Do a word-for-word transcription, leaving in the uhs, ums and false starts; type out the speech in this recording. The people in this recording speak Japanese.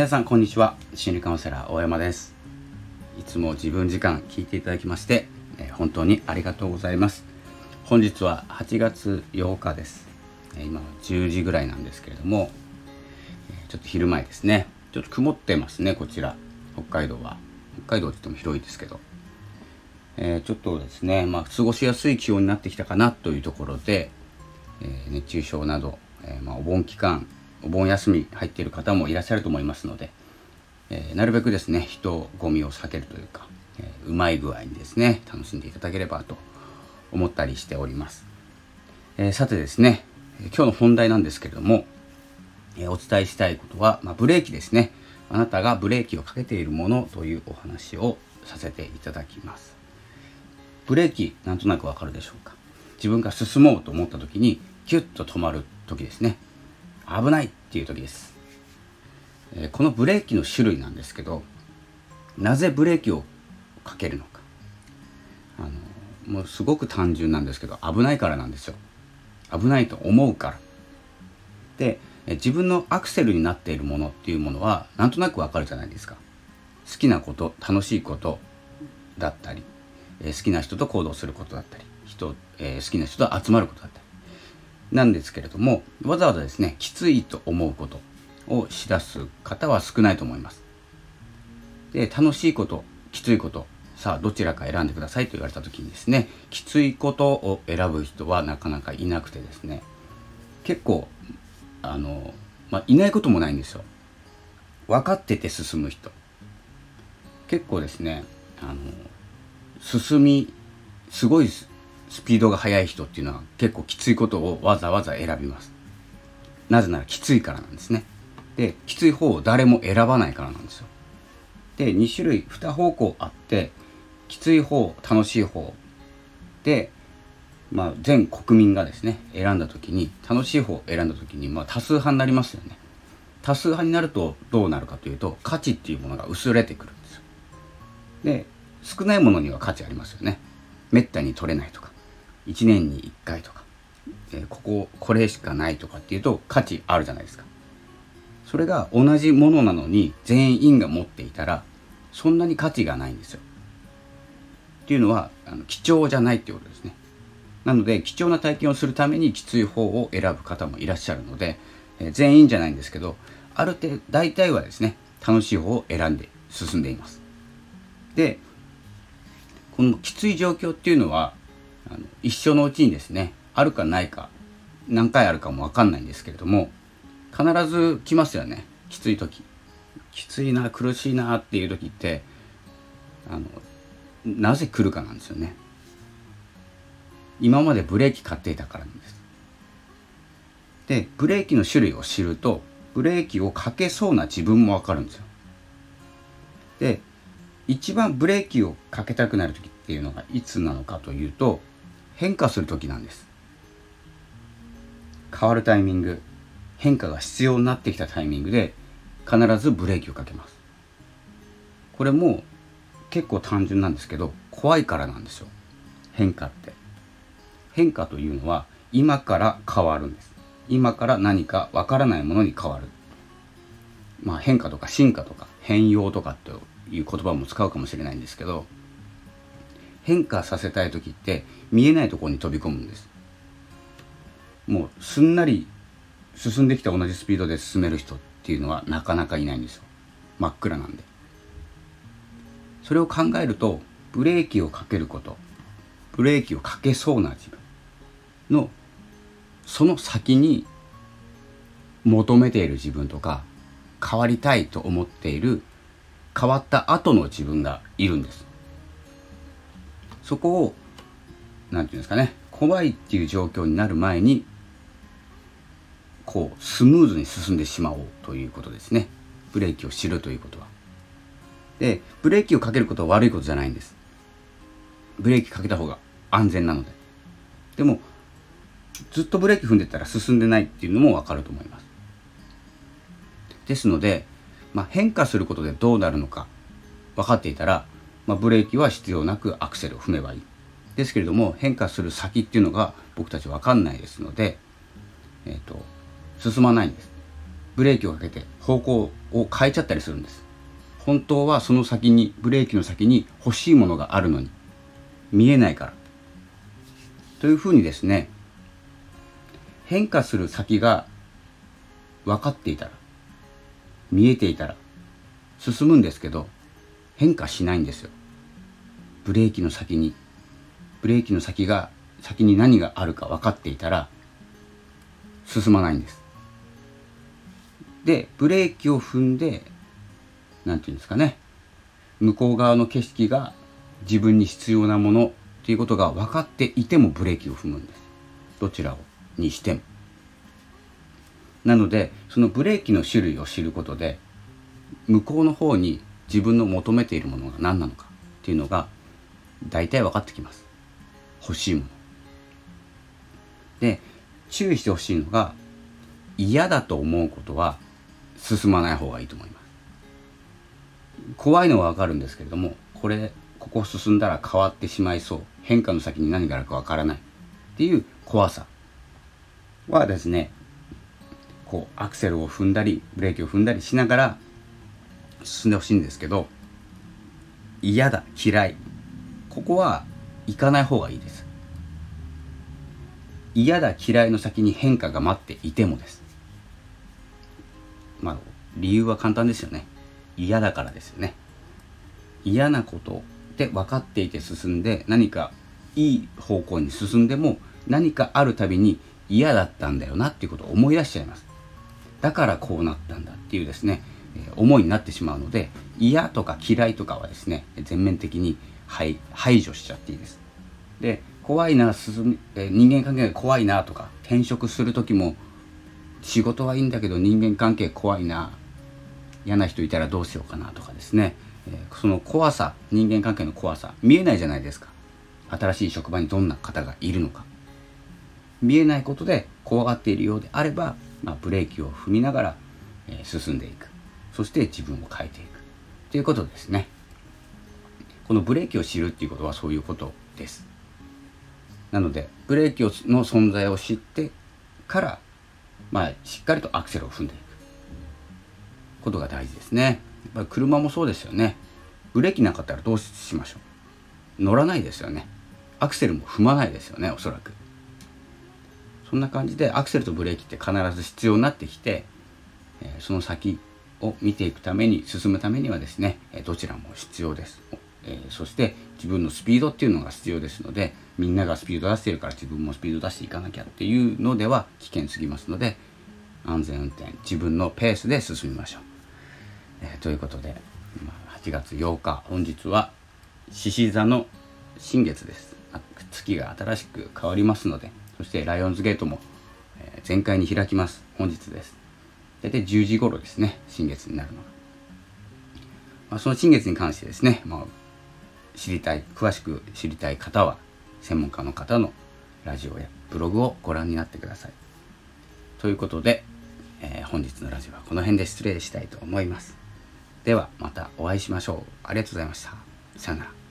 皆さんこんにちは。心理カウンセラー大山です。いつも自分時間聞いていただきまして、えー、本当にありがとうございます。本日ははちがつようかです。えー、今はじゅうじぐらいなんですけれども、えー、ちょっと昼前ですね。ちょっと曇ってますね、こちら北海道は。北海道って言っても広いですけど、えー、ちょっとですね、まあ、過ごしやすい気温になってきたかなというところで、えー、熱中症など、えーまあ、お盆期間お盆休み入っている方もいらっしゃると思いますので、えー、なるべくですね人混みを避けるというか、えー、うまい具合にですね楽しんでいただければと思ったりしております。えー、さてですね、今日の本題なんですけれども、えー、お伝えしたいことは、まあ、ブレーキですね。あなたがブレーキをかけているものというお話をさせていただきます。ブレーキなんとなくわかるでしょうか。自分が進もうと思った時にキュッと止まる時ですね。危ないっていう時です。えー、このブレーキの種類なんですけど、なぜブレーキをかけるのか。あのもうすごく単純なんですけど、危ないからなんですよ。危ないと思うから。で、えー、自分のアクセルになっているものっていうものはなんとなくわかるじゃないですか。好きなこと、楽しいことだったり、えー、好きな人と行動することだったり、人、えー、好きな人と集まることだったりなんですけれども、わざわざですねきついと思うことをしだす方は少ないと思います。で、楽しいこと、きついこと、さあどちらか選んでくださいと言われた時にですね、きついことを選ぶ人はなかなかいなくてですね、結構あの、まあ、いないこともないんですよ。分かってて進む人結構ですね、あの進みすごいスピードが速い人っていうのは結構きついことをわざわざ選びます。なぜならきついからなんですね。で、きつい方を誰も選ばないからなんですよ。で、に種類に方向あって、きつい方、楽しい方で、まあ、全国民がですね選んだ時に、楽しい方を選んだ時に、まあ、多数派になりますよね。多数派になるとどうなるかというと、価値っていうものが薄れてくるんですよ。で、少ないものには価値ありますよね。めったに取れないとか、いちねんにいっかいとか、えー、こここれしかないとかっていうと価値あるじゃないですか。それが同じものなのに全員が持っていたらそんなに価値がないんですよ。っていうのはあの貴重じゃないっていうことですね。なので貴重な体験をするためにきつい方を選ぶ方もいらっしゃるので、えー、全員じゃないんですけど、ある程度大体はですね楽しい方を選んで進んでいます。で、このきつい状況っていうのはあの一生のうちにですねあるかないか、何回あるかも分かんないんですけれども、必ず来ますよね。きつい時、きついな、苦しいなっていう時って、あのなぜ来るかなんですよね。今までブレーキ買っていたからなんです。で、ブレーキの種類を知ると、ブレーキをかけそうな自分も分かるんですよ。で、一番ブレーキをかけたくなる時っていうのがいつなのかというと、変化する時なんです。変わるタイミング、変化が必要になってきたタイミングで必ずブレーキをかけます。これも結構単純なんですけど、怖いからなんですよ。変化って変化というのは今から変わるんです。今から何かわからないものに変わる。まあ変化とか進化とか変容とかという言葉も使うかもしれないんですけど、変化させたい時って見えないところに飛び込むんです。もうすんなり進んできた同じスピードで進める人っていうのはなかなかいないんですよ。真っ暗なんで。それを考えると、ブレーキをかけること、ブレーキをかけそうな自分のその先に求めている自分とか、変わりたいと思っている変わった後の自分がいるんです。そこをなんていうんですかね、怖いっていう状況になる前にこうスムーズに進んでしまおうということですね。ブレーキを知るということは。で、ブレーキをかけることは悪いことじゃないんです。ブレーキかけた方が安全なので。でもずっとブレーキ踏んでたら進んでないっていうのも分かると思います。ですので、まあ、変化することでどうなるのか分かっていたら、まあ、ブレーキは必要なくアクセルを踏めばいい。ですけれども、変化する先っていうのが僕たち分かんないですので、えーと、進まないんです。 ブレーキをかけて方向を変えちゃったりするんです。本当はその先に、ブレーキの先に欲しいものがあるのに見えないから。というふうにですね、変化する先が分かっていたら、見えていたら進むんですけど、変化しないんですよ。ブレーキの先に、ブレーキの先が、先に何があるか分かっていたら進まないんです。で、ブレーキを踏んで、なんていうんですかね、向こう側の景色が自分に必要なものっていうことが分かっていてもブレーキを踏むんです。どちらをにしても。なので、そのブレーキの種類を知ることで、向こうの方に自分の求めているものが何なのかっていうのが大体分かってきます。欲しいもの。で、注意してほしいのが、嫌だと思うことは進まない方がいいと思います。怖いのは分かるんですけれども、これここ進んだら変わってしまいそう、変化の先に何があるか分からないっていう怖さはですね、こうアクセルを踏んだりブレーキを踏んだりしながら進んでほしいんですけど、嫌だ、嫌い、ここは行かない方がいいです。嫌だ、嫌いの先に変化が待っていてもです。まあ理由は簡単ですよね。嫌だからですよね。嫌なことで分かっていて進んで、何かいい方向に進んでも、何かあるたびに嫌だったんだよなっていうことを思い出しちゃいます。だからこうなったんだっていうですね、えー、思いになってしまうので、嫌とか嫌いとかはですね、全面的に排排除しちゃっていいです。で、怖いな、進み、えー、人間関係が怖いなとか、転職する時も仕事はいいんだけど人間関係怖いな、嫌な人いたらどうしようかなとかですね、えー、その怖さ、人間関係の怖さ見えないじゃないですか。新しい職場にどんな方がいるのか見えないことで怖がっているようであれば、まあ、ブレーキを踏みながら、えー、進んでいく。そして自分を変えていくということですね。このブレーキを知るっていうことはそういうことです。なのでブレーキの存在を知ってから、まあ、しっかりとアクセルを踏んでいくことが大事ですね。やっぱり車もそうですよね。ブレーキなかったらどうしましょう。乗らないですよね。アクセルも踏まないですよね、おそらく。そんな感じでアクセルとブレーキって必ず必要になってきて、えー、その先を見ていくために、進むためにはですね、どちらも必要です。えー、そして自分のスピードっていうのが必要ですので、みんながスピード出しているから自分もスピード出していかなきゃっていうのでは危険すぎますので、安全運転、自分のペースで進みましょう。えー、ということで、はちがつようか、本日は獅子座の新月です。月が新しく変わりますので、そしてライオンズゲートも全開に開きます。本日です。大体じゅうじ頃ですね、新月になるのが。まあ、その新月に関してですね、まあ、知りたい、詳しく知りたい方は専門家の方のラジオやブログをご覧になってください。ということで、えー、本日のラジオはこの辺で失礼したいと思います。ではまたお会いしましょう。ありがとうございました。さよなら。